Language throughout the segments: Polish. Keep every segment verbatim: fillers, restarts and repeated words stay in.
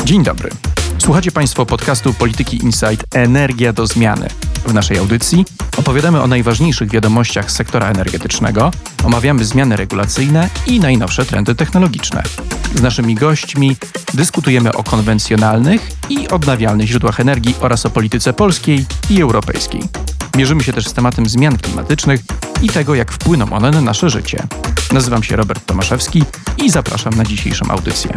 Dzień dobry. Słuchacie Państwo podcastu Polityki Insight Energia do zmiany. W naszej audycji opowiadamy o najważniejszych wiadomościach z sektora energetycznego, omawiamy zmiany regulacyjne i najnowsze trendy technologiczne. Z naszymi gośćmi dyskutujemy o konwencjonalnych i odnawialnych źródłach energii oraz o polityce polskiej i europejskiej. Mierzymy się też z tematem zmian klimatycznych i tego, jak wpłyną one na nasze życie. Nazywam się Robert Tomaszewski i zapraszam na dzisiejszą audycję.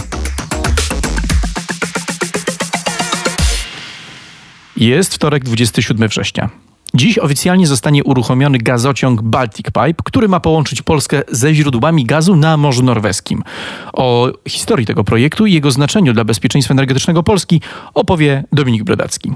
Jest wtorek, dwudziestego siódmego września. Dziś oficjalnie zostanie uruchomiony gazociąg Baltic Pipe, który ma połączyć Polskę ze źródłami gazu na Morzu Norweskim. O historii tego projektu i jego znaczeniu dla bezpieczeństwa energetycznego Polski opowie Dominik Brodacki.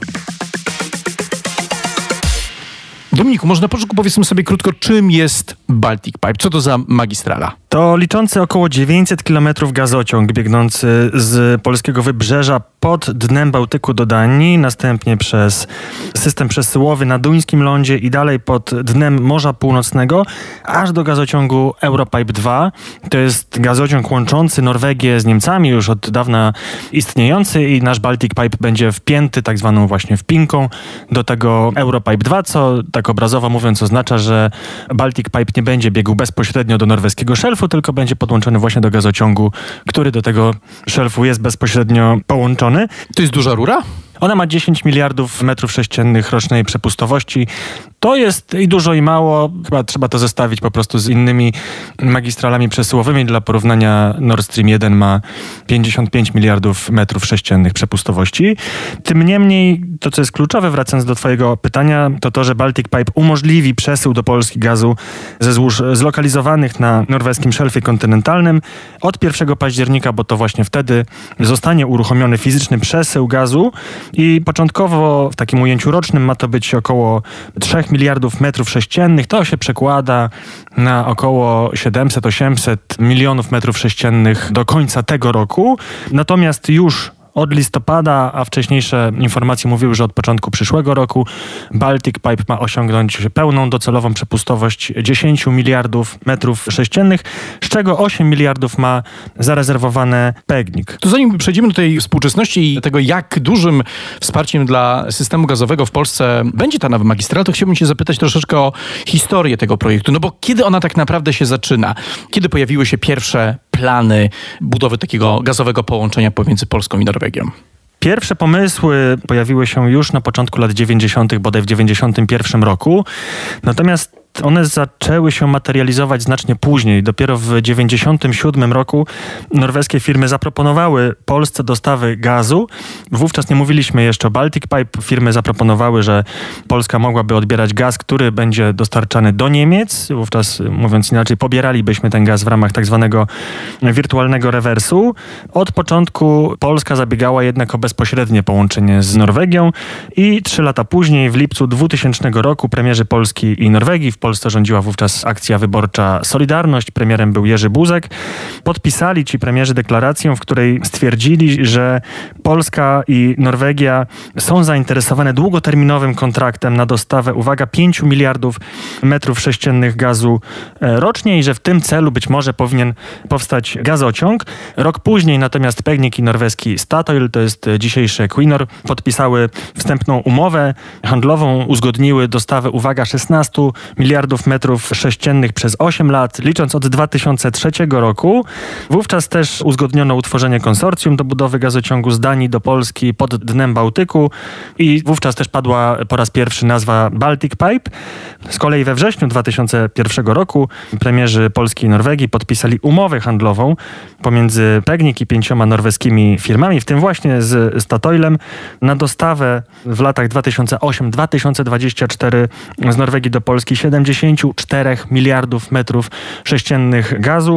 Dominiku, może na początku powiedzmy sobie krótko, czym jest Baltic Pipe? Co to za magistrala? To liczący około dziewięćset kilometrów gazociąg biegnący z polskiego wybrzeża pod dnem Bałtyku do Danii, następnie przez system przesyłowy na duńskim lądzie i dalej pod dnem Morza Północnego, aż do gazociągu Europipe dwa. To jest gazociąg łączący Norwegię z Niemcami, już od dawna istniejący, i nasz Baltic Pipe będzie wpięty tak zwaną właśnie wpinką do tego Europipe dwa, co tak obrazowo mówiąc oznacza, że Baltic Pipe nie będzie biegł bezpośrednio do norweskiego szelfu, tylko będzie podłączony właśnie do gazociągu, który do tego szelfu jest bezpośrednio połączony. To jest duża rura? Ona ma dziesięć miliardów metrów sześciennych rocznej przepustowości. To jest i dużo, i mało. Chyba trzeba to zestawić po prostu z innymi magistralami przesyłowymi. Dla porównania Nord Stream jeden ma pięćdziesiąt pięć miliardów metrów sześciennych przepustowości. Tym niemniej, to co jest kluczowe, wracając do twojego pytania, to to, że Baltic Pipe umożliwi przesył do Polski gazu ze złóż zlokalizowanych na norweskim szelfie kontynentalnym od pierwszego października, bo to właśnie wtedy zostanie uruchomiony fizyczny przesył gazu. I początkowo w takim ujęciu rocznym ma to być około trzech miliardów metrów sześciennych. To się przekłada na około siedemset osiemset milionów metrów sześciennych do końca tego roku. Natomiast już od listopada, a wcześniejsze informacje mówiły, że od początku przyszłego roku Baltic Pipe ma osiągnąć pełną docelową przepustowość dziesięć miliardów metrów sześciennych, z czego osiem miliardów ma zarezerwowane P E G N I K. To zanim przejdziemy do tej współczesności i tego, jak dużym wsparciem dla systemu gazowego w Polsce będzie ta nowa magistrala, to chciałbym cię zapytać troszeczkę o historię tego projektu. No bo kiedy ona tak naprawdę się zaczyna? Kiedy pojawiły się pierwsze plany budowy takiego gazowego połączenia pomiędzy Polską i Norwegią? Pierwsze pomysły pojawiły się już na początku lat dziewięćdziesiątych, bodaj w dziewięćdziesiątym pierwszym roku. Natomiast one zaczęły się materializować znacznie później. Dopiero w dziewięćdziesiątym siódmym roku norweskie firmy zaproponowały Polsce dostawy gazu. Wówczas nie mówiliśmy jeszcze o Baltic Pipe. Firmy zaproponowały, że Polska mogłaby odbierać gaz, który będzie dostarczany do Niemiec. Wówczas, mówiąc inaczej, pobieralibyśmy ten gaz w ramach tak zwanego wirtualnego rewersu. Od początku Polska zabiegała jednak o bezpośrednie połączenie z Norwegią i trzy lata później, w lipcu dwutysięcznego roku, premierzy Polski i Norwegii, w Polsce rządziła wówczas akcja wyborcza Solidarność, premierem był Jerzy Buzek, podpisali ci premierzy deklarację, w której stwierdzili, że Polska i Norwegia są zainteresowane długoterminowym kontraktem na dostawę, uwaga, pięć miliardów metrów sześciennych gazu rocznie i że w tym celu być może powinien powstać gazociąg. Rok później natomiast P E G N I K i norweski Statoil, to jest dzisiejszy Equinor, podpisały wstępną umowę handlową, uzgodniły dostawę, uwaga, szesnaście miliardów metrów sześciennych przez osiem lat, licząc od dwa tysiące trzeciego roku. Wówczas też uzgodniono utworzenie konsorcjum do budowy gazociągu z Danii do Polski pod dnem Bałtyku i wówczas też padła po raz pierwszy nazwa Baltic Pipe. Z kolei we wrześniu dwa tysiące pierwszego roku premierzy Polski i Norwegii podpisali umowę handlową pomiędzy P E G N I K i pięcioma norweskimi firmami, w tym właśnie z Statoilem, na dostawę w latach dwa tysiące ósmy do dwa tysiące dwudziestego czwartego z Norwegii do Polski siedemdziesiąt cztery miliardów metrów sześciennych gazu.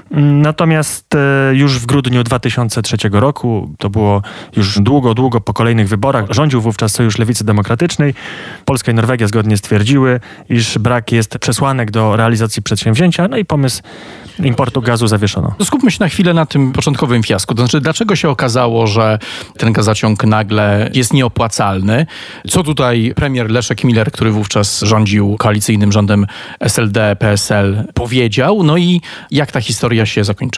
Natomiast już w grudniu dwa tysiące trzeciego roku, to było już długo, długo po kolejnych wyborach, rządził wówczas Sojusz Lewicy Demokratycznej. Polska i Norwegia zgodnie stwierdziły, iż brak jest przesłanek do realizacji przedsięwzięcia, no i pomysł importu gazu zawieszono. Skupmy się na chwilę na tym początkowym fiasku. To znaczy, dlaczego się okazało, że ten gazociąg nagle jest nieopłacalny? Co tutaj premier Leszek Miller, który wówczas rządził koalicyjnym rządem S L D P S L, powiedział? No i jak ta historia się zakończyła?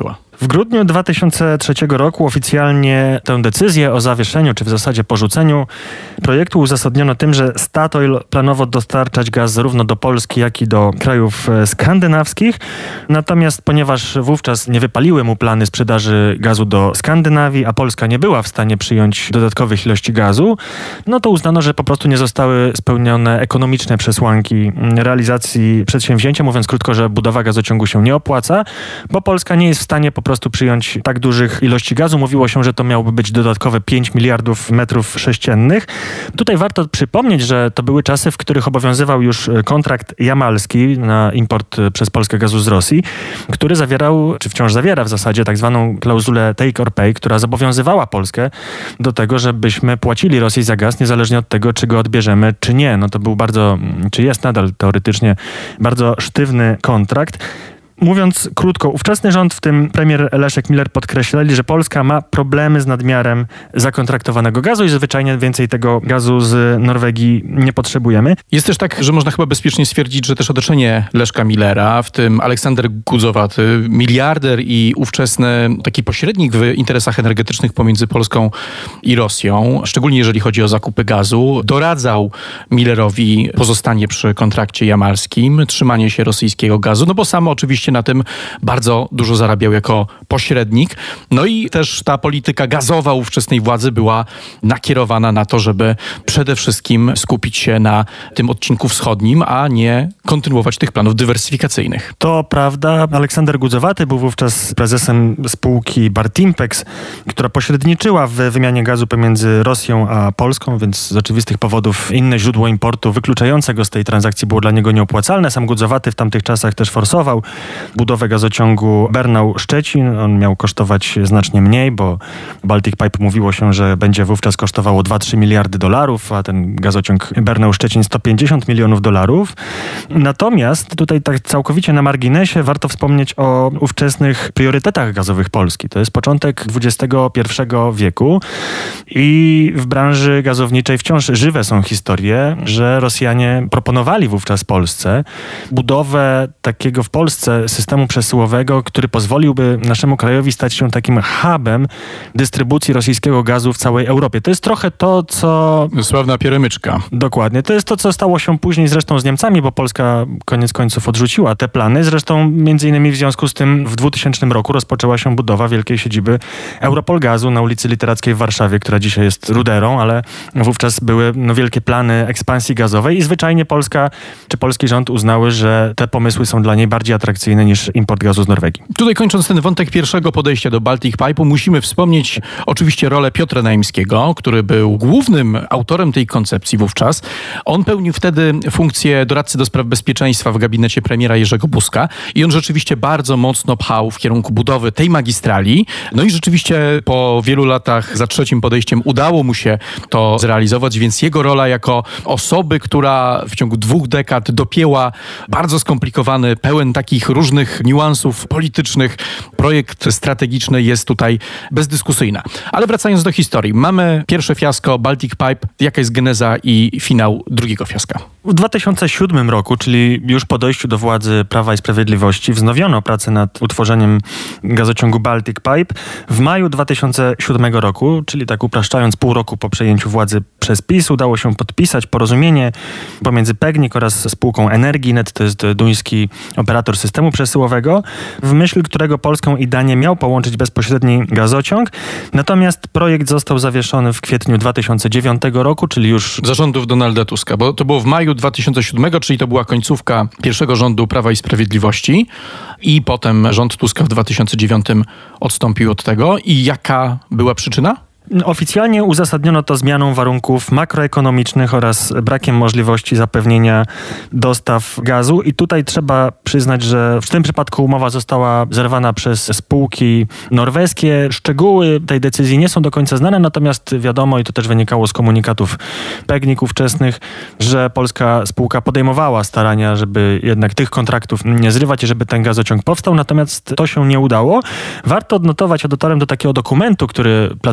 W grudniu dwa tysiące trzeciego roku oficjalnie tę decyzję o zawieszeniu, czy w zasadzie porzuceniu projektu uzasadniono tym, że Statoil planował dostarczać gaz zarówno do Polski, jak i do krajów skandynawskich. Natomiast ponieważ wówczas nie wypaliły mu plany sprzedaży gazu do Skandynawii, a Polska nie była w stanie przyjąć dodatkowych ilości gazu, no to uznano, że po prostu nie zostały spełnione ekonomiczne przesłanki realizacji przedsięwzięcia. Mówiąc krótko, że budowa gazociągu się nie opłaca, bo Polska nie jest w stanie po prostu przyjąć tak dużych ilości gazu. Mówiło się, że to miałoby być dodatkowe pięć miliardów metrów sześciennych. Tutaj warto przypomnieć, że to były czasy, w których obowiązywał już kontrakt jamalski na import przez Polskę gazu z Rosji, który zawierał, czy wciąż zawiera w zasadzie tak zwaną klauzulę take or pay, która zobowiązywała Polskę do tego, żebyśmy płacili Rosji za gaz, niezależnie od tego, czy go odbierzemy, czy nie. No to był bardzo, czy jest nadal teoretycznie bardzo sztywny kontrakt. Mówiąc krótko, ówczesny rząd, w tym premier Leszek Miller, podkreślali, że Polska ma problemy z nadmiarem zakontraktowanego gazu i zwyczajnie więcej tego gazu z Norwegii nie potrzebujemy. Jest też tak, że można chyba bezpiecznie stwierdzić, że też otoczenie Leszka Millera, w tym Aleksander Gudzowaty, miliarder i ówczesny taki pośrednik w interesach energetycznych pomiędzy Polską i Rosją, szczególnie jeżeli chodzi o zakupy gazu, doradzał Millerowi pozostanie przy kontrakcie jamalskim, trzymanie się rosyjskiego gazu, no bo sam oczywiście na tym bardzo dużo zarabiał jako pośrednik. No i też ta polityka gazowa ówczesnej władzy była nakierowana na to, żeby przede wszystkim skupić się na tym odcinku wschodnim, a nie kontynuować tych planów dywersyfikacyjnych. To prawda. Aleksander Gudzowaty był wówczas prezesem spółki Bartimpex, która pośredniczyła w wymianie gazu pomiędzy Rosją a Polską, więc z oczywistych powodów inne źródło importu wykluczające go z tej transakcji było dla niego nieopłacalne. Sam Gudzowaty w tamtych czasach też forsował budowę gazociągu Bernał-Szczecin. On miał kosztować znacznie mniej, bo Baltic Pipe mówiło się, że będzie wówczas kosztowało dwa do trzech miliardy dolarów, a ten gazociąg Bernał-Szczecin sto pięćdziesiąt milionów dolarów. Natomiast tutaj tak całkowicie na marginesie warto wspomnieć o ówczesnych priorytetach gazowych Polski. To jest początek dwudziestego pierwszego wieku i w branży gazowniczej wciąż żywe są historie, że Rosjanie proponowali wówczas Polsce budowę takiego w Polsce systemu przesyłowego, który pozwoliłby naszemu krajowi stać się takim hubem dystrybucji rosyjskiego gazu w całej Europie. To jest trochę to, co... Sławna pieremyczka. Dokładnie. To jest to, co stało się później zresztą z Niemcami, bo Polska koniec końców odrzuciła te plany. Zresztą między innymi w związku z tym w dwutysięcznym roku rozpoczęła się budowa wielkiej siedziby Europolgazu na ulicy Literackiej w Warszawie, która dzisiaj jest ruderą, ale wówczas były no, wielkie plany ekspansji gazowej i zwyczajnie Polska czy polski rząd uznały, że te pomysły są dla niej bardziej atrakcyjne niż import gazu z Norwegii. Tutaj kończąc ten wątek pierwszego podejścia do Baltic Pipe'u, musimy wspomnieć oczywiście rolę Piotra Naimskiego, który był głównym autorem tej koncepcji wówczas. On pełnił wtedy funkcję doradcy do spraw bezpieczeństwa w gabinecie premiera Jerzego Buzka i on rzeczywiście bardzo mocno pchał w kierunku budowy tej magistrali. No i rzeczywiście po wielu latach za trzecim podejściem udało mu się to zrealizować, więc jego rola jako osoby, która w ciągu dwóch dekad dopięła bardzo skomplikowany, pełen takich różnych niuansów politycznych projekt strategiczny jest tutaj bezdyskusyjna. Ale wracając do historii. Mamy pierwsze fiasko Baltic Pipe. Jaka jest geneza i finał drugiego fiaska? W dwa tysiące siódmym roku, czyli już po dojściu do władzy Prawa i Sprawiedliwości, wznowiono pracę nad utworzeniem gazociągu Baltic Pipe. W maju dwa tysiące siódmego roku, czyli tak upraszczając pół roku po przejęciu władzy przez PiS, udało się podpisać porozumienie pomiędzy PGNiG oraz spółką Energinet, to jest duński operator systemu przesyłowego, w myśl którego Polską i Danię miał połączyć bezpośredni gazociąg. Natomiast projekt został zawieszony w kwietniu dwa tysiące dziewiątego roku, czyli już... Zarządów Donalda Tuska, bo to było w maju dwa tysiące siódmego, czyli to była końcówka pierwszego rządu Prawa i Sprawiedliwości i potem rząd Tuska w dwa tysiące dziewiątym odstąpił od tego. I jaka była przyczyna? Oficjalnie uzasadniono to zmianą warunków makroekonomicznych oraz brakiem możliwości zapewnienia dostaw gazu. I tutaj trzeba przyznać, że w tym przypadku umowa została zerwana przez spółki norweskie. Szczegóły tej decyzji nie są do końca znane, natomiast wiadomo, i to też wynikało z komunikatów PGNiG ówczesnych, że polska spółka podejmowała starania, żeby jednak tych kontraktów nie zrywać i żeby ten gazociąg powstał, natomiast to się nie udało. Warto odnotować, audytorem do takiego dokumentu, który Platforma Obywatelska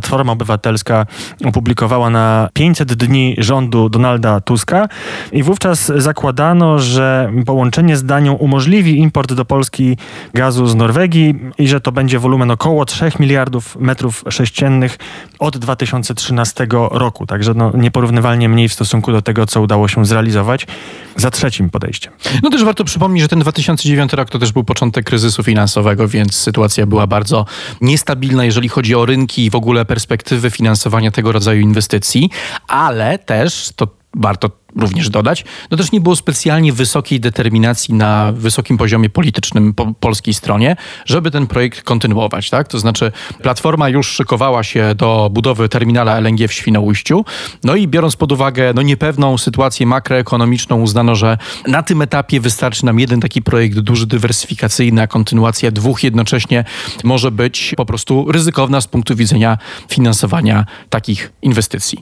Obywatelska opublikowała na pięćset dni rządu Donalda Tuska i wówczas zakładano, że połączenie z Danią umożliwi import do Polski gazu z Norwegii i że to będzie wolumen około trzech miliardów metrów sześciennych od dwa tysiące trzynastego roku. Także no, nieporównywalnie mniej w stosunku do tego, co udało się zrealizować za trzecim podejściem. No też warto przypomnieć, że ten dwa tysiące dziewiąty rok to też był początek kryzysu finansowego, więc sytuacja była bardzo niestabilna, jeżeli chodzi o rynki i w ogóle perspektywy finansowania tego rodzaju inwestycji, ale też, to warto również dodać, no też nie było specjalnie wysokiej determinacji na wysokim poziomie politycznym po polskiej stronie, żeby ten projekt kontynuować, tak? To znaczy Platforma już szykowała się do budowy terminala L N G w Świnoujściu, no i biorąc pod uwagę no niepewną sytuację makroekonomiczną, uznano, że na tym etapie wystarczy nam jeden taki projekt duży, dywersyfikacyjny, a kontynuacja dwóch jednocześnie może być po prostu ryzykowna z punktu widzenia finansowania takich inwestycji.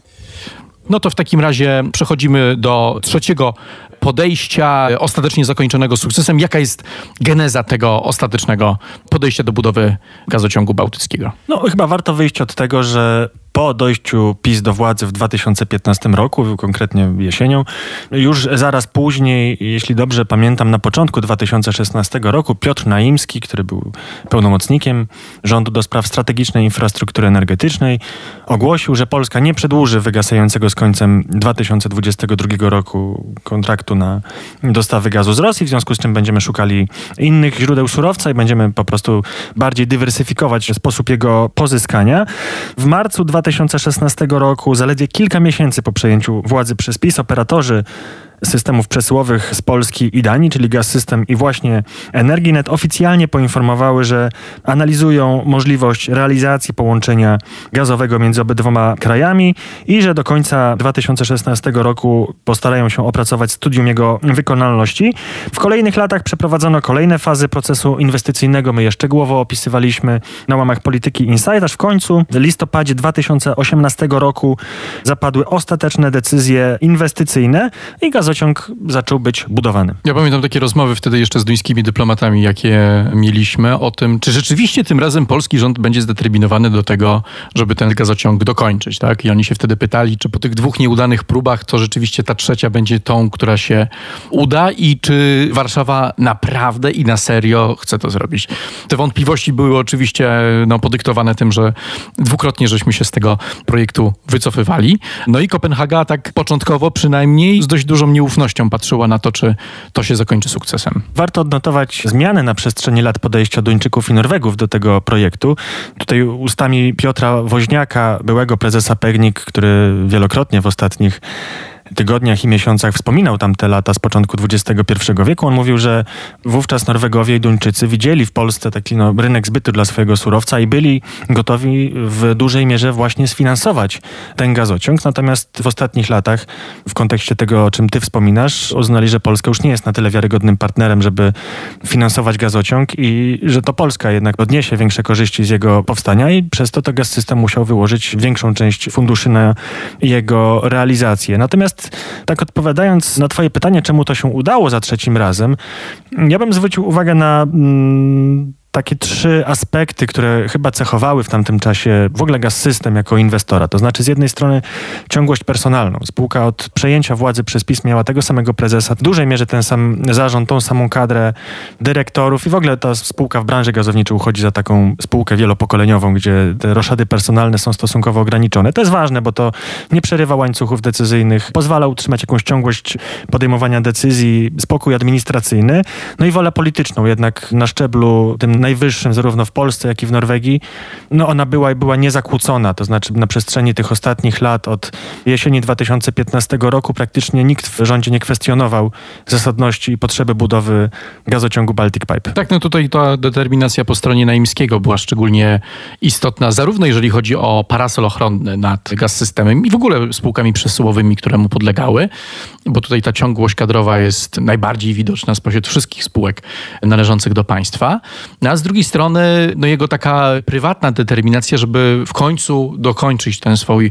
No to w takim razie przechodzimy do trzeciego podejścia, ostatecznie zakończonego sukcesem. Jaka jest geneza tego ostatecznego podejścia do budowy gazociągu bałtyckiego? No chyba warto wyjść od tego, że po dojściu PiS do władzy w dwa tysiące piętnastym roku, konkretnie jesienią, już zaraz później, jeśli dobrze pamiętam, na początku dwa tysiące szesnastego roku Piotr Naimski, który był pełnomocnikiem rządu do spraw strategicznej infrastruktury energetycznej, ogłosił, że Polska nie przedłuży wygasającego z końcem dwa tysiące dwudziestego drugiego roku kontraktu na dostawy gazu z Rosji, w związku z czym będziemy szukali innych źródeł surowca i będziemy po prostu bardziej dywersyfikować sposób jego pozyskania. W marcu dwa tysiące szesnastego roku, zaledwie kilka miesięcy po przejęciu władzy przez PiS, operatorzy systemów przesyłowych z Polski i Danii, czyli Gaz-System i właśnie Energinet, oficjalnie poinformowały, że analizują możliwość realizacji połączenia gazowego między obydwoma krajami i że do końca dwa tysiące szesnastego roku postarają się opracować studium jego wykonalności. W kolejnych latach przeprowadzono kolejne fazy procesu inwestycyjnego. My je szczegółowo opisywaliśmy na łamach Polityki Insight, aż w końcu w listopadzie dwa tysiące osiemnastego roku zapadły ostateczne decyzje inwestycyjne i gaz gazociąg zaczął być budowany. Ja pamiętam takie rozmowy wtedy jeszcze z duńskimi dyplomatami, jakie mieliśmy o tym, czy rzeczywiście tym razem polski rząd będzie zdeterminowany do tego, żeby ten gazociąg dokończyć, tak? I oni się wtedy pytali, czy po tych dwóch nieudanych próbach to rzeczywiście ta trzecia będzie tą, która się uda i czy Warszawa naprawdę i na serio chce to zrobić. Te wątpliwości były oczywiście no, podyktowane tym, że dwukrotnie żeśmy się z tego projektu wycofywali. No i Kopenhaga tak początkowo przynajmniej z dość dużą nieufnością patrzyła na to, czy to się zakończy sukcesem. Warto odnotować zmiany na przestrzeni lat podejścia Duńczyków i Norwegów do tego projektu. Tutaj ustami Piotra Woźniaka, byłego prezesa PGNiG, który wielokrotnie w ostatnich tygodniach i miesiącach wspominał tamte lata z początku dwudziestego pierwszego wieku. On mówił, że wówczas Norwegowie i Duńczycy widzieli w Polsce taki no, rynek zbytu dla swojego surowca i byli gotowi w dużej mierze właśnie sfinansować ten gazociąg. Natomiast w ostatnich latach, w kontekście tego, o czym ty wspominasz, uznali, że Polska już nie jest na tyle wiarygodnym partnerem, żeby finansować gazociąg i że to Polska jednak odniesie większe korzyści z jego powstania i przez to to Gaz-System musiał wyłożyć większą część funduszy na jego realizację. Natomiast tak odpowiadając na twoje pytanie, czemu to się udało za trzecim razem, ja bym zwrócił uwagę na mm, takie trzy aspekty, które chyba cechowały w tamtym czasie w ogóle Gaz-System jako inwestora. To znaczy z jednej strony ciągłość personalną. Spółka od przejęcia władzy przez PiS miała tego samego prezesa, w dużej mierze ten sam zarząd, tą samą kadrę dyrektorów i w ogóle ta spółka w branży gazowniczej uchodzi za taką spółkę wielopokoleniową, gdzie te roszady personalne są stosunkowo ograniczone. To jest ważne, bo to nie przerywa łańcuchów decyzyjnych, pozwala utrzymać jakąś ciągłość podejmowania decyzji, spokój administracyjny, no i wolę polityczną. Jednak na szczeblu tym najwyższym zarówno w Polsce, jak i w Norwegii, no ona była i była niezakłócona. To znaczy na przestrzeni tych ostatnich lat od jesieni dwa tysiące piętnastego roku praktycznie nikt w rządzie nie kwestionował zasadności i potrzeby budowy gazociągu Baltic Pipe. Tak, no tutaj ta determinacja po stronie Naimskiego była szczególnie istotna, zarówno jeżeli chodzi o parasol ochronny nad Gaz-Systemem i w ogóle spółkami przesyłowymi, które mu podlegały, bo tutaj ta ciągłość kadrowa jest najbardziej widoczna spośród wszystkich spółek należących do państwa. A z drugiej strony no jego taka prywatna determinacja, żeby w końcu dokończyć ten swój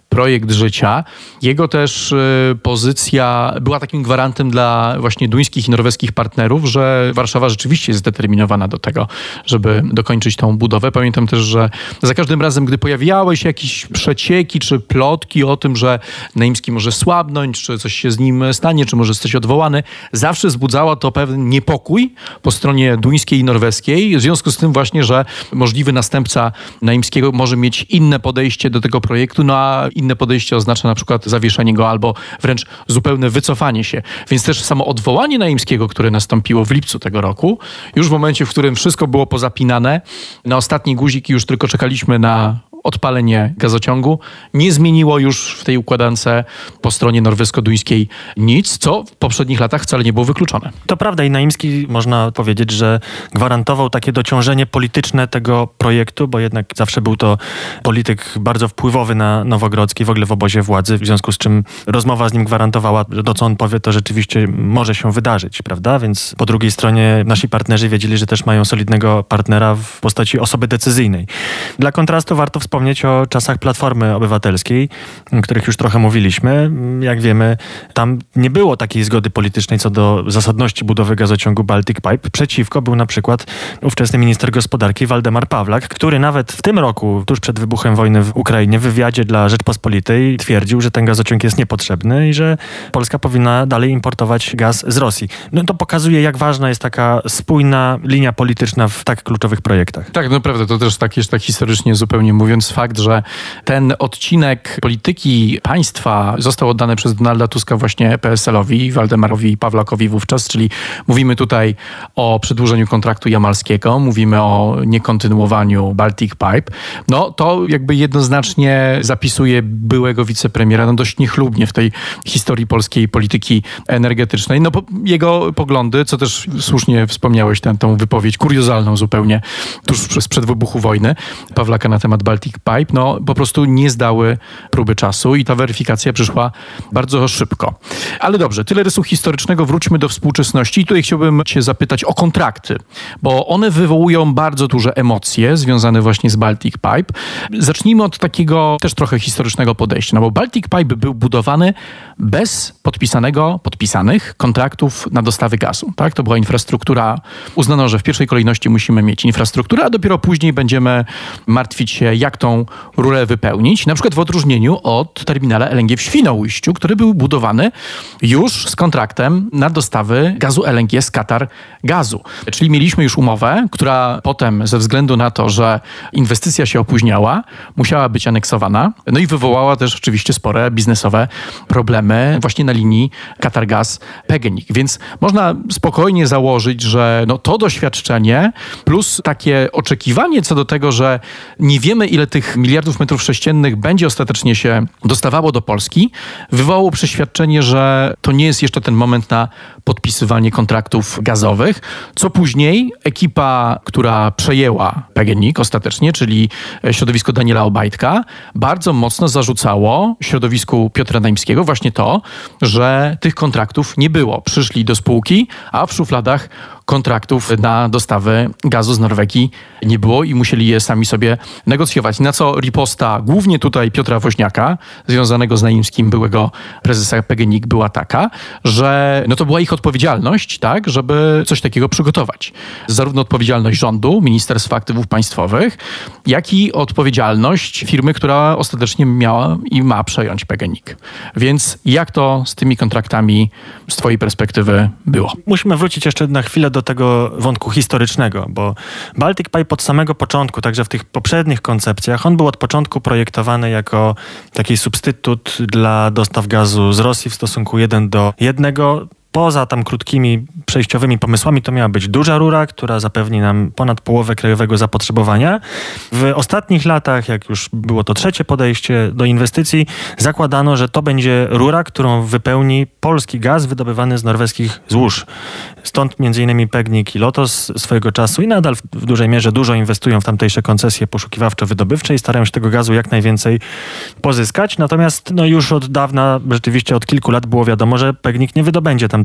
projekt życia. Jego też y, pozycja była takim gwarantem dla właśnie duńskich i norweskich partnerów, że Warszawa rzeczywiście jest zdeterminowana do tego, żeby dokończyć tą budowę. Pamiętam też, że za każdym razem, gdy pojawiały się jakieś przecieki czy plotki o tym, że Naimski może słabnąć, czy coś się z nim stanie, czy może zostać odwołany, zawsze wzbudzało to pewien niepokój po stronie duńskiej i norweskiej, w związku z tym właśnie, że możliwy następca Naimskiego może mieć inne podejście do tego projektu, no a inne podejście oznacza na przykład zawieszenie go albo wręcz zupełne wycofanie się. Więc też samo odwołanie Naimskiego, które nastąpiło w lipcu tego roku, już w momencie, w którym wszystko było pozapinane, na ostatni guzik i już tylko czekaliśmy na odpalenie gazociągu, nie zmieniło już w tej układance po stronie norwesko-duńskiej nic, co w poprzednich latach wcale nie było wykluczone. To prawda i Naimski, można powiedzieć, że gwarantował takie dociążenie polityczne tego projektu, bo jednak zawsze był to polityk bardzo wpływowy na Nowogrodzkiej, w ogóle w obozie władzy, w związku z czym rozmowa z nim gwarantowała, że to, co on powie, to rzeczywiście może się wydarzyć, prawda? Więc po drugiej stronie nasi partnerzy wiedzieli, że też mają solidnego partnera w postaci osoby decyzyjnej. Dla kontrastu warto wspomnieć o czasach Platformy Obywatelskiej, o których już trochę mówiliśmy. Jak wiemy, tam nie było takiej zgody politycznej co do zasadności budowy gazociągu Baltic Pipe. Przeciwko był na przykład ówczesny minister gospodarki Waldemar Pawlak, który nawet w tym roku, tuż przed wybuchem wojny w Ukrainie, w wywiadzie dla Rzeczpospolitej twierdził, że ten gazociąg jest niepotrzebny i że Polska powinna dalej importować gaz z Rosji. No to pokazuje, jak ważna jest taka spójna linia polityczna w tak kluczowych projektach. Tak, naprawdę, to też tak jest tak historycznie zupełnie mówiąc, fakt, że ten odcinek polityki państwa został oddany przez Donalda Tuska właśnie P S L-owi, Waldemarowi Pawlakowi wówczas, czyli mówimy tutaj o przedłużeniu kontraktu jamalskiego, mówimy o niekontynuowaniu Baltic Pipe. No to jakby jednoznacznie zapisuje byłego wicepremiera no dość niechlubnie w tej historii polskiej polityki energetycznej. No jego poglądy, co też słusznie wspomniałeś, tę, tą wypowiedź kuriozalną zupełnie tuż przed wybuchu wojny Pawlaka na temat Baltic Pipe, no po prostu nie zdały próby czasu i ta weryfikacja przyszła bardzo szybko. Ale dobrze, tyle rysu historycznego, wróćmy do współczesności i tutaj chciałbym cię zapytać o kontrakty, bo one wywołują bardzo duże emocje związane właśnie z Baltic Pipe. Zacznijmy od takiego też trochę historycznego podejścia, no bo Baltic Pipe był budowany bez podpisanego, podpisanych kontraktów na dostawy gazu, tak? To była infrastruktura, uznano, że w pierwszej kolejności musimy mieć infrastrukturę, a dopiero później będziemy martwić się, jak tą rurę wypełnić, na przykład w odróżnieniu od terminala L N G w Świnoujściu, który był budowany już z kontraktem na dostawy gazu L N G z Qatar Gazu. Czyli mieliśmy już umowę, która potem ze względu na to, że inwestycja się opóźniała, musiała być aneksowana, no i wywołała też oczywiście spore biznesowe problemy właśnie na linii Qatar Gaz P G N I K. Więc można spokojnie założyć, że no to doświadczenie plus takie oczekiwanie co do tego, że nie wiemy, ile tych miliardów metrów sześciennych będzie ostatecznie się dostawało do Polski, wywołało przeświadczenie, że to nie jest jeszcze ten moment na podpisywanie kontraktów gazowych, co później ekipa, która przejęła P G N I K ostatecznie, czyli środowisko Daniela Obajtka, bardzo mocno zarzucało środowisku Piotra Naimskiego właśnie to, że tych kontraktów nie było. Przyszli do spółki, a w szufladach kontraktów na dostawy gazu z Norwegii nie było i musieli je sami sobie negocjować. Na co riposta głównie tutaj Piotra Woźniaka, związanego z Naimskim, byłego prezesa P G N I K, była taka, że no to była ich odpowiedzialność, tak, żeby coś takiego przygotować. Zarówno odpowiedzialność rządu, Ministerstwa Aktywów Państwowych, jak i odpowiedzialność firmy, która ostatecznie miała i ma przejąć P G N I K. Więc jak to z tymi kontraktami z twojej perspektywy było? Musimy wrócić jeszcze na chwilę do tego wątku historycznego, bo Baltic Pipe od samego początku, także w tych poprzednich koncepcjach, on był od początku projektowany jako taki substytut dla dostaw gazu z Rosji w stosunku jeden do jednego. Poza tam krótkimi, przejściowymi pomysłami to miała być duża rura, która zapewni nam ponad połowę krajowego zapotrzebowania. W ostatnich latach, jak już było to trzecie podejście do inwestycji, zakładano, że to będzie rura, którą wypełni polski gaz wydobywany z norweskich złóż. Stąd między innymi P G N I K i Lotos swojego czasu i nadal w, w dużej mierze dużo inwestują w tamtejsze koncesje poszukiwawczo-wydobywcze i starają się tego gazu jak najwięcej pozyskać. Natomiast no, już od dawna, rzeczywiście od kilku lat było wiadomo, że P G N I K nie wydobędzie tam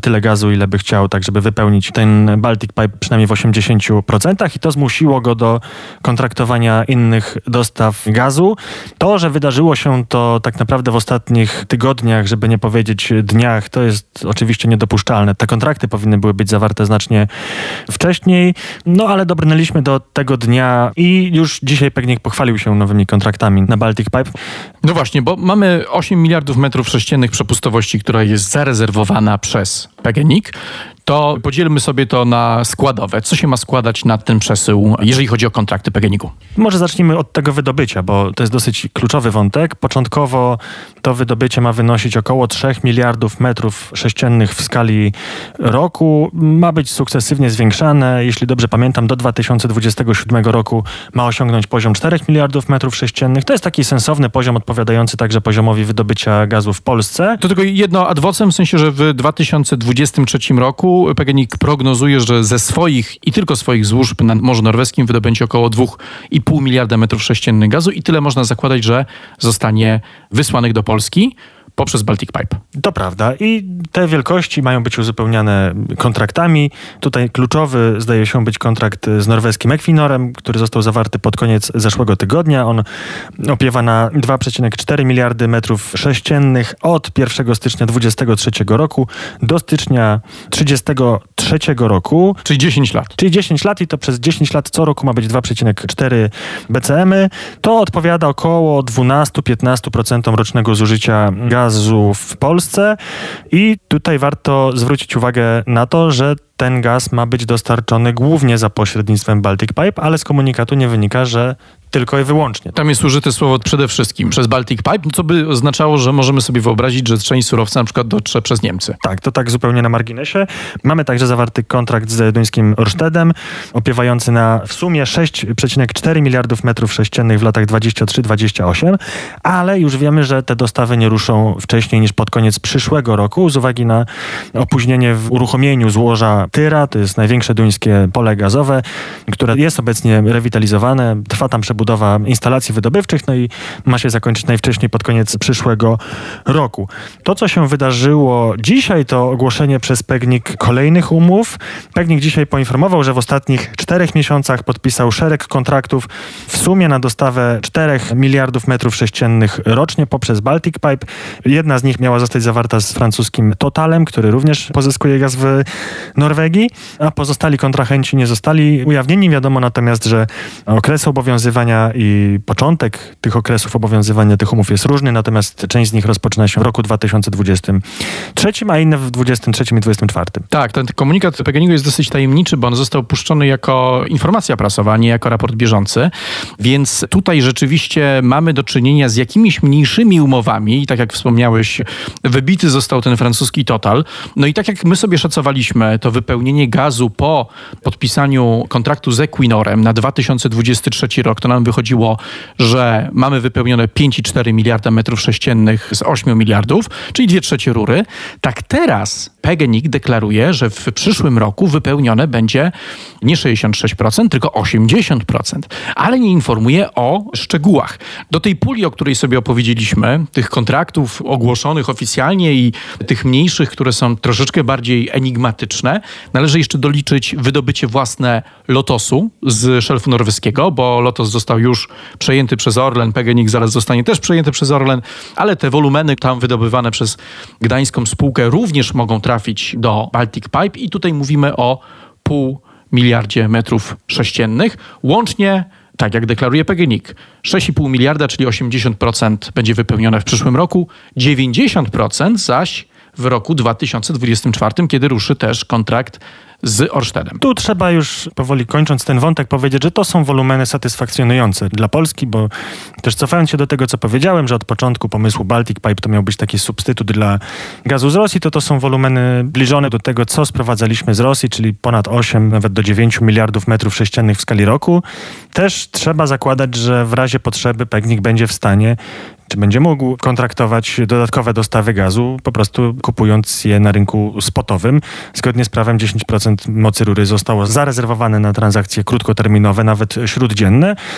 tyle gazu, ile by chciał, tak żeby wypełnić ten Baltic Pipe przynajmniej w osiemdziesięciu procentach i to zmusiło go do kontraktowania innych dostaw gazu. To, że wydarzyło się to tak naprawdę w ostatnich tygodniach, żeby nie powiedzieć dniach, to jest oczywiście niedopuszczalne. Te kontrakty powinny były być zawarte znacznie wcześniej, no ale dobrnęliśmy do tego dnia i już dzisiaj PGNiG pochwalił się nowymi kontraktami na Baltic Pipe. No właśnie, bo mamy osiem miliardów metrów sześciennych przepustowości, która jest zarezerwowana przez PGNiG. To podzielmy sobie to na składowe. Co się ma składać na ten przesył, jeżeli chodzi o kontrakty PGNiG-u? Może zacznijmy od tego wydobycia, bo to jest dosyć kluczowy wątek. Początkowo to wydobycie ma wynosić około trzech miliardów metrów sześciennych w skali roku. Ma być sukcesywnie zwiększane. Jeśli dobrze pamiętam, do dwa tysiące dwudziestego siódmego roku ma osiągnąć poziom czterech miliardów metrów sześciennych. To jest taki sensowny poziom odpowiadający także poziomowi wydobycia gazu w Polsce. To tylko jedno ad vocem, w sensie, że w dwa tysiące dwudziestym trzecim roku PGNiG prognozuje, że ze swoich i tylko swoich złóż na Morzu Norweskim wydobędzie około dwa i pół miliarda metrów sześciennych gazu i tyle można zakładać, że zostanie wysłanych do Polski poprzez Baltic Pipe. To prawda i te wielkości mają być uzupełniane kontraktami. Tutaj kluczowy zdaje się być kontrakt z norweskim Equinorem, który został zawarty pod koniec zeszłego tygodnia. On opiewa na dwa przecinek cztery miliardy metrów sześciennych od pierwszego stycznia dwudziestego trzeciego roku do stycznia trzydziestego trzeciego roku. Czyli dziesięć lat. Czyli dziesięć lat i to przez dziesięć lat co roku ma być dwa przecinek cztery B C M y. To odpowiada około dwanaście do piętnastu procent rocznego zużycia gazu w Polsce i tutaj warto zwrócić uwagę na to, że ten gaz ma być dostarczony głównie za pośrednictwem Baltic Pipe, ale z komunikatu nie wynika, że tylko i wyłącznie. Tam jest użyte słowo przede wszystkim przez Baltic Pipe, co by oznaczało, że możemy sobie wyobrazić, że część surowca na przykład dotrze przez Niemcy. Tak, to tak zupełnie na marginesie. Mamy także zawarty kontrakt z duńskim Ørstedem, opiewający na w sumie sześć przecinek cztery miliardów metrów sześciennych w latach dwudziestym trzecim dwudziestym ósmym, ale już wiemy, że te dostawy nie ruszą wcześniej niż pod koniec przyszłego roku z uwagi na opóźnienie w uruchomieniu złoża Tyra, to jest największe duńskie pole gazowe, które jest obecnie rewitalizowane. Trwa tam przebudowa instalacji wydobywczych, no i ma się zakończyć najwcześniej pod koniec przyszłego roku. To, co się wydarzyło dzisiaj, to ogłoszenie przez PGNiG kolejnych umów. PGNiG dzisiaj poinformował, że w ostatnich czterech miesiącach podpisał szereg kontraktów w sumie na dostawę czterech miliardów metrów sześciennych rocznie poprzez Baltic Pipe. Jedna z nich miała zostać zawarta z francuskim Totalem, który również pozyskuje gaz w Norwegii, a pozostali kontrahenci nie zostali ujawnieni. Wiadomo natomiast, że okresy obowiązywania i początek tych okresów obowiązywania tych umów jest różny, natomiast część z nich rozpoczyna się w roku dwa tysiące dwudziestym trzecim, a inne w dwudziestym trzecim i dwudziestym czwartym. Tak, ten komunikat PGNiG jest dosyć tajemniczy, bo on został puszczony jako informacja prasowa, a nie jako raport bieżący, więc tutaj rzeczywiście mamy do czynienia z jakimiś mniejszymi umowami i tak jak wspomniałeś, wybity został ten francuski Total. No i tak jak my sobie szacowaliśmy, to wypełnienie gazu po podpisaniu kontraktu z Equinorem na dwa tysiące dwudziesty trzeci rok, to nam wychodziło, że mamy wypełnione pięć i cztery miliarda metrów sześciennych z ośmiu miliardów, czyli dwie trzecie rury. Tak teraz PGNiG deklaruje, że w przyszłym roku wypełnione będzie nie sześćdziesiąt sześć procent, tylko osiemdziesiąt procent, ale nie informuje o szczegółach. Do tej puli, o której sobie opowiedzieliśmy, tych kontraktów ogłoszonych oficjalnie i tych mniejszych, które są troszeczkę bardziej enigmatyczne, należy jeszcze doliczyć wydobycie własne Lotosu z szelfu norweskiego, bo Lotos został już przejęty przez Orlen, PGNiG zaraz zostanie też przejęty przez Orlen, ale te wolumeny tam wydobywane przez gdańską spółkę również mogą trafić do Baltic Pipe i tutaj mówimy o pół miliardzie metrów sześciennych. Łącznie, tak jak deklaruje PGNiG, sześć i pół miliarda, czyli osiemdziesiąt procent będzie wypełnione w przyszłym roku, dziewięćdziesiąt procent zaś w roku dwa tysiące dwudziestym czwartym, kiedy ruszy też kontrakt z Ørstedem. Tu trzeba już powoli kończąc ten wątek powiedzieć, że to są wolumeny satysfakcjonujące dla Polski, bo też cofając się do tego, co powiedziałem, że od początku pomysłu Baltic Pipe to miał być taki substytut dla gazu z Rosji, to to są wolumeny zbliżone do tego, co sprowadzaliśmy z Rosji, czyli ponad osiem, nawet do dziewięciu miliardów metrów sześciennych w skali roku. Też trzeba zakładać, że w razie potrzeby PGNiG będzie w stanie czy będzie mógł kontraktować dodatkowe dostawy gazu, po prostu kupując je na rynku spotowym. Zgodnie z prawem dziesięć procent mocy rury zostało zarezerwowane na transakcje krótkoterminowe, nawet śróddzienne.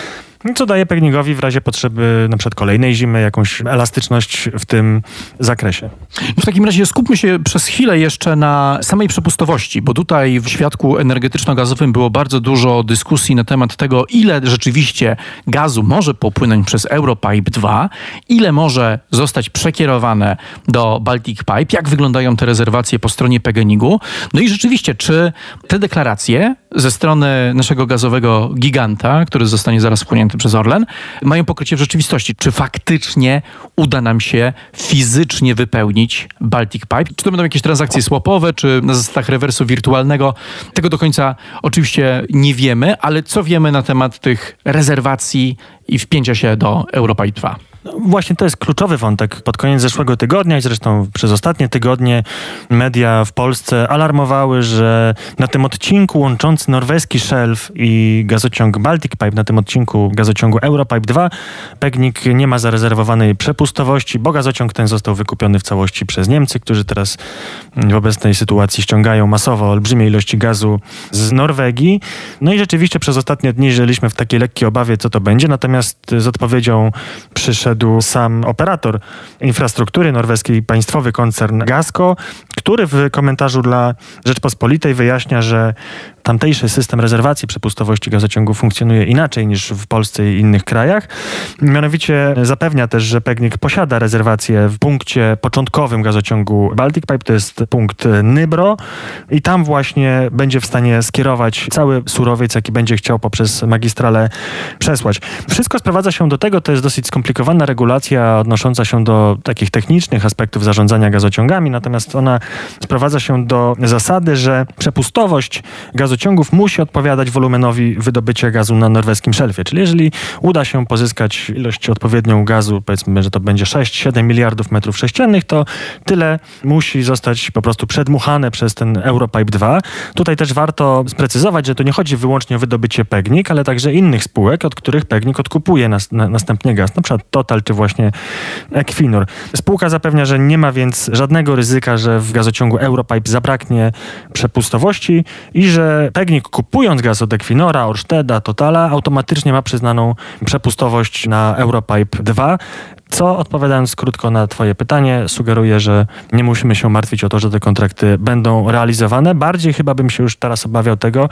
co daje PGNiG-owi w razie potrzeby na przykład kolejnej zimy jakąś elastyczność w tym zakresie. W takim razie skupmy się przez chwilę jeszcze na samej przepustowości, bo tutaj w świadku energetyczno-gazowym było bardzo dużo dyskusji na temat tego, ile rzeczywiście gazu może popłynąć przez Europipe dwa, ile może zostać przekierowane do Baltic Pipe, jak wyglądają te rezerwacje po stronie PGNiG-u. No i rzeczywiście, czy te deklaracje ze strony naszego gazowego giganta, który zostanie zaraz wchłonięty przez Orlen, mają pokrycie w rzeczywistości. Czy faktycznie uda nam się fizycznie wypełnić Baltic Pipe? Czy to będą jakieś transakcje swapowe, czy na zasadach rewersu wirtualnego? Tego do końca oczywiście nie wiemy, ale co wiemy na temat tych rezerwacji i wpięcia się do Europipe dwa? No właśnie to jest kluczowy wątek. Pod koniec zeszłego tygodnia i zresztą przez ostatnie tygodnie media w Polsce alarmowały, że na tym odcinku łączący norweski szelf i gazociąg Baltic Pipe, na tym odcinku gazociągu Europipe dwa, PGNiG nie ma zarezerwowanej przepustowości, bo gazociąg ten został wykupiony w całości przez Niemcy, którzy teraz w obecnej sytuacji ściągają masowo olbrzymie ilości gazu z Norwegii. No i rzeczywiście przez ostatnie dni żyliśmy w takiej lekkiej obawie, co to będzie, natomiast z odpowiedzią przyszedł sam operator infrastruktury norweskiej, państwowy koncern Gassco, który w komentarzu dla Rzeczpospolitej wyjaśnia, że tamtejszy system rezerwacji przepustowości gazociągu funkcjonuje inaczej niż w Polsce i innych krajach. Mianowicie zapewnia też, że PGNiG posiada rezerwację w punkcie początkowym gazociągu Baltic Pipe, to jest punkt Nybro i tam właśnie będzie w stanie skierować cały surowiec, jaki będzie chciał poprzez magistralę przesłać. Wszystko sprowadza się do tego, to jest dosyć skomplikowana regulacja odnosząca się do takich technicznych aspektów zarządzania gazociągami, natomiast ona sprowadza się do zasady, że przepustowość gazociągów musi odpowiadać wolumenowi wydobycia gazu na norweskim szelfie. Czyli jeżeli uda się pozyskać ilość odpowiednią gazu, powiedzmy, że to będzie sześć siedem miliardów metrów sześciennych, to tyle musi zostać po prostu przedmuchane przez ten Europipe dwa. Tutaj też warto sprecyzować, że to nie chodzi wyłącznie o wydobycie PGNiG, ale także innych spółek, od których PGNiG odkupuje nas, na, następnie gaz, na przykład Total czy właśnie Equinor. Spółka zapewnia, że nie ma więc żadnego ryzyka, że w gazociągu Europipe zabraknie przepustowości i że PGNiG kupując gaz od Equinora, Ørsteda, Totala automatycznie ma przyznaną przepustowość na Europipe dwa, co odpowiadając krótko na twoje pytanie sugeruje, że nie musimy się martwić o to, że te kontrakty będą realizowane. Bardziej chyba bym się już teraz obawiał tego,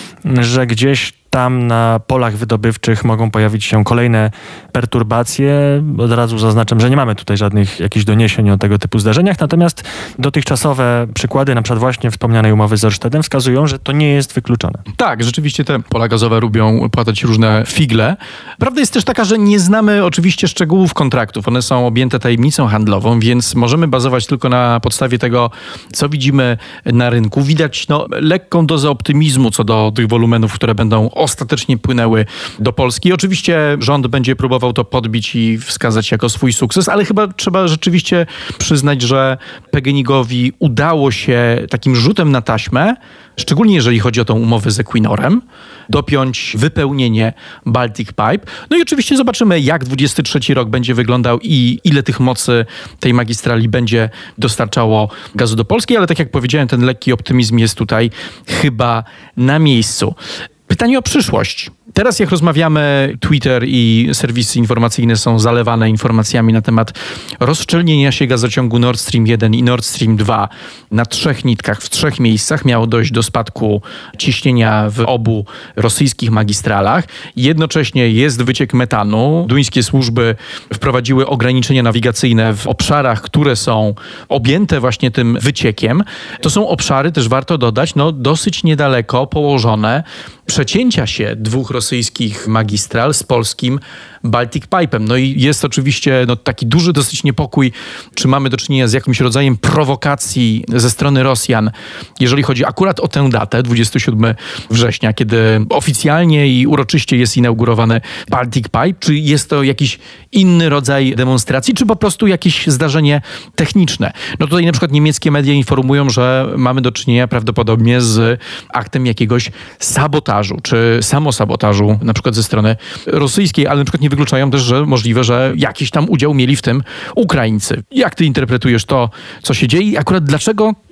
że gdzieś tam na polach wydobywczych mogą pojawić się kolejne perturbacje. Od razu zaznaczam, że nie mamy tutaj żadnych jakichś doniesień o tego typu zdarzeniach, natomiast dotychczasowe przykłady, na przykład właśnie wspomnianej umowy z Ørstedem wskazują, że to nie jest wykluczone. Tak, rzeczywiście te pola gazowe lubią płatać różne figle. Prawda jest też taka, że nie znamy oczywiście szczegółów kontraktów. One są objęte tajemnicą handlową, więc możemy bazować tylko na podstawie tego, co widzimy na rynku. Widać no, lekką dozę optymizmu co do tych wolumenów, które będą ostatecznie płynęły do Polski. Oczywiście rząd będzie próbował to podbić i wskazać jako swój sukces, ale chyba trzeba rzeczywiście przyznać, że PGNiG-owi udało się takim rzutem na taśmę, szczególnie jeżeli chodzi o tą umowę z Equinorem, dopiąć wypełnienie Baltic Pipe. No i oczywiście zobaczymy, jak dwudziesty trzeci rok będzie wyglądał i ile tych mocy tej magistrali będzie dostarczało gazu do Polski, ale tak jak powiedziałem, ten lekki optymizm jest tutaj chyba na miejscu. Pytanie o przyszłość. Teraz jak rozmawiamy, Twitter i serwisy informacyjne są zalewane informacjami na temat rozszczelnienia się gazociągu Nord Stream jeden i Nord Stream dwa na trzech nitkach, w trzech miejscach. Miało dojść do spadku ciśnienia w obu rosyjskich magistralach. Jednocześnie jest wyciek metanu. Duńskie służby wprowadziły ograniczenia nawigacyjne w obszarach, które są objęte właśnie tym wyciekiem. To są obszary, też warto dodać, no dosyć niedaleko położone przecięcia się dwóch rosyjskich magistral z polskim Baltic Pipe'em. No i jest oczywiście no, taki duży dosyć niepokój, czy mamy do czynienia z jakimś rodzajem prowokacji ze strony Rosjan, jeżeli chodzi akurat o tę datę, dwudziestego siódmego września, kiedy oficjalnie i uroczyście jest inaugurowany Baltic Pipe. Czy jest to jakiś inny rodzaj demonstracji, czy po prostu jakieś zdarzenie techniczne? No tutaj na przykład niemieckie media informują, że mamy do czynienia prawdopodobnie z aktem jakiegoś sabotażu, czy samosabotażu, na przykład ze strony rosyjskiej, ale na przykład nie wykluczają też, że możliwe, że jakiś tam udział mieli w tym Ukraińcy. Jak ty interpretujesz to, co się dzieje i akurat dlaczego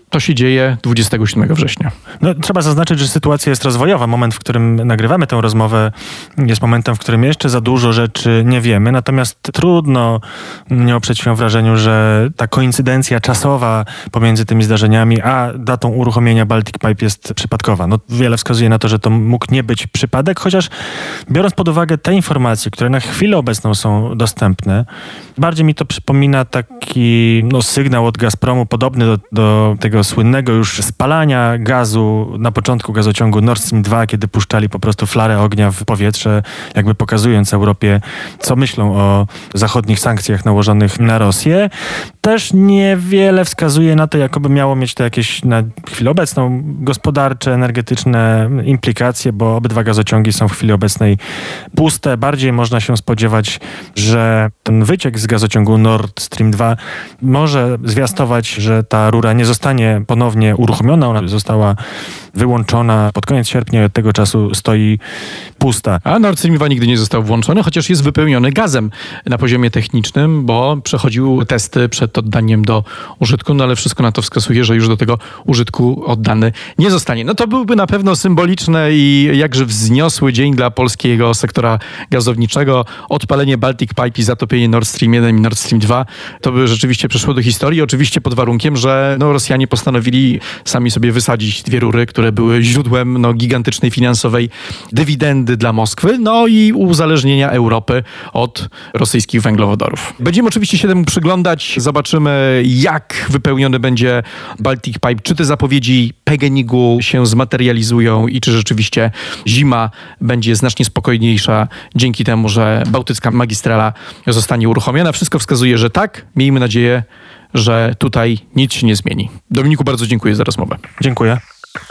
To się dzieje dwudziestego siódmego września. No, trzeba zaznaczyć, że sytuacja jest rozwojowa. Moment, w którym nagrywamy tę rozmowę, jest momentem, w którym jeszcze za dużo rzeczy nie wiemy. Natomiast trudno nie oprzeć się wrażeniu, że ta koincydencja czasowa pomiędzy tymi zdarzeniami a datą uruchomienia Baltic Pipe jest przypadkowa. No, wiele wskazuje na to, że to mógł nie być przypadek, chociaż biorąc pod uwagę te informacje, które na chwilę obecną są dostępne, bardziej mi to przypomina taki no, sygnał od Gazpromu, podobny do, do tego słynnego już spalania gazu na początku gazociągu Nord Stream dwa, kiedy puszczali po prostu flarę ognia w powietrze, jakby pokazując Europie, co myślą o zachodnich sankcjach nałożonych na Rosję. Też niewiele wskazuje na to, jakoby miało mieć to jakieś na chwilę obecną gospodarcze, energetyczne implikacje, bo obydwa gazociągi są w chwili obecnej puste. Bardziej można się spodziewać, że ten wyciek z gazociągu Nord Stream dwa może zwiastować, że ta rura nie zostanie ponownie uruchomiona. Ona została wyłączona pod koniec sierpnia i od tego czasu stoi pusta. A Nord Stream dwa nigdy nie został włączony, chociaż jest wypełniony gazem na poziomie technicznym, bo przechodził testy przed oddaniem do użytku, no ale wszystko na to wskazuje, że już do tego użytku oddany nie zostanie. No to byłby na pewno symboliczny i jakże wzniosły dzień dla polskiego sektora gazowniczego. Odpalenie Baltic Pipe i zatopienie Nord Stream jeden i Nord Stream dwa to by rzeczywiście przeszło do historii, oczywiście pod warunkiem, że no, Rosjanie postanowili sami sobie wysadzić dwie rury, które były źródłem no, gigantycznej finansowej dywidendy dla Moskwy, no i uzależnienia Europy od rosyjskich węglowodorów. Będziemy oczywiście się temu przyglądać, zobaczymy jak wypełniony będzie Baltic Pipe, czy te zapowiedzi PGNiG-u się zmaterializują i czy rzeczywiście zima będzie znacznie spokojniejsza dzięki temu, że bałtycka magistrala zostanie uruchomiona. Wszystko wskazuje, że tak. Miejmy nadzieję, że tutaj nic się nie zmieni. Dominiku, bardzo dziękuję za rozmowę. Dziękuję.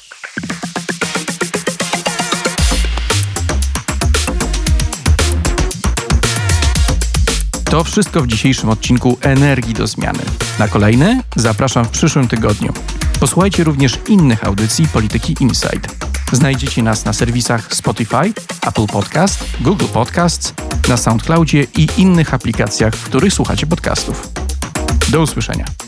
To wszystko w dzisiejszym odcinku Energii do Zmiany. Na kolejny zapraszam w przyszłym tygodniu. Posłuchajcie również innych audycji Polityki Insight. Znajdziecie nas na serwisach Spotify, Apple Podcast, Google Podcasts, na SoundCloudzie i innych aplikacjach, w których słuchacie podcastów. Do usłyszenia.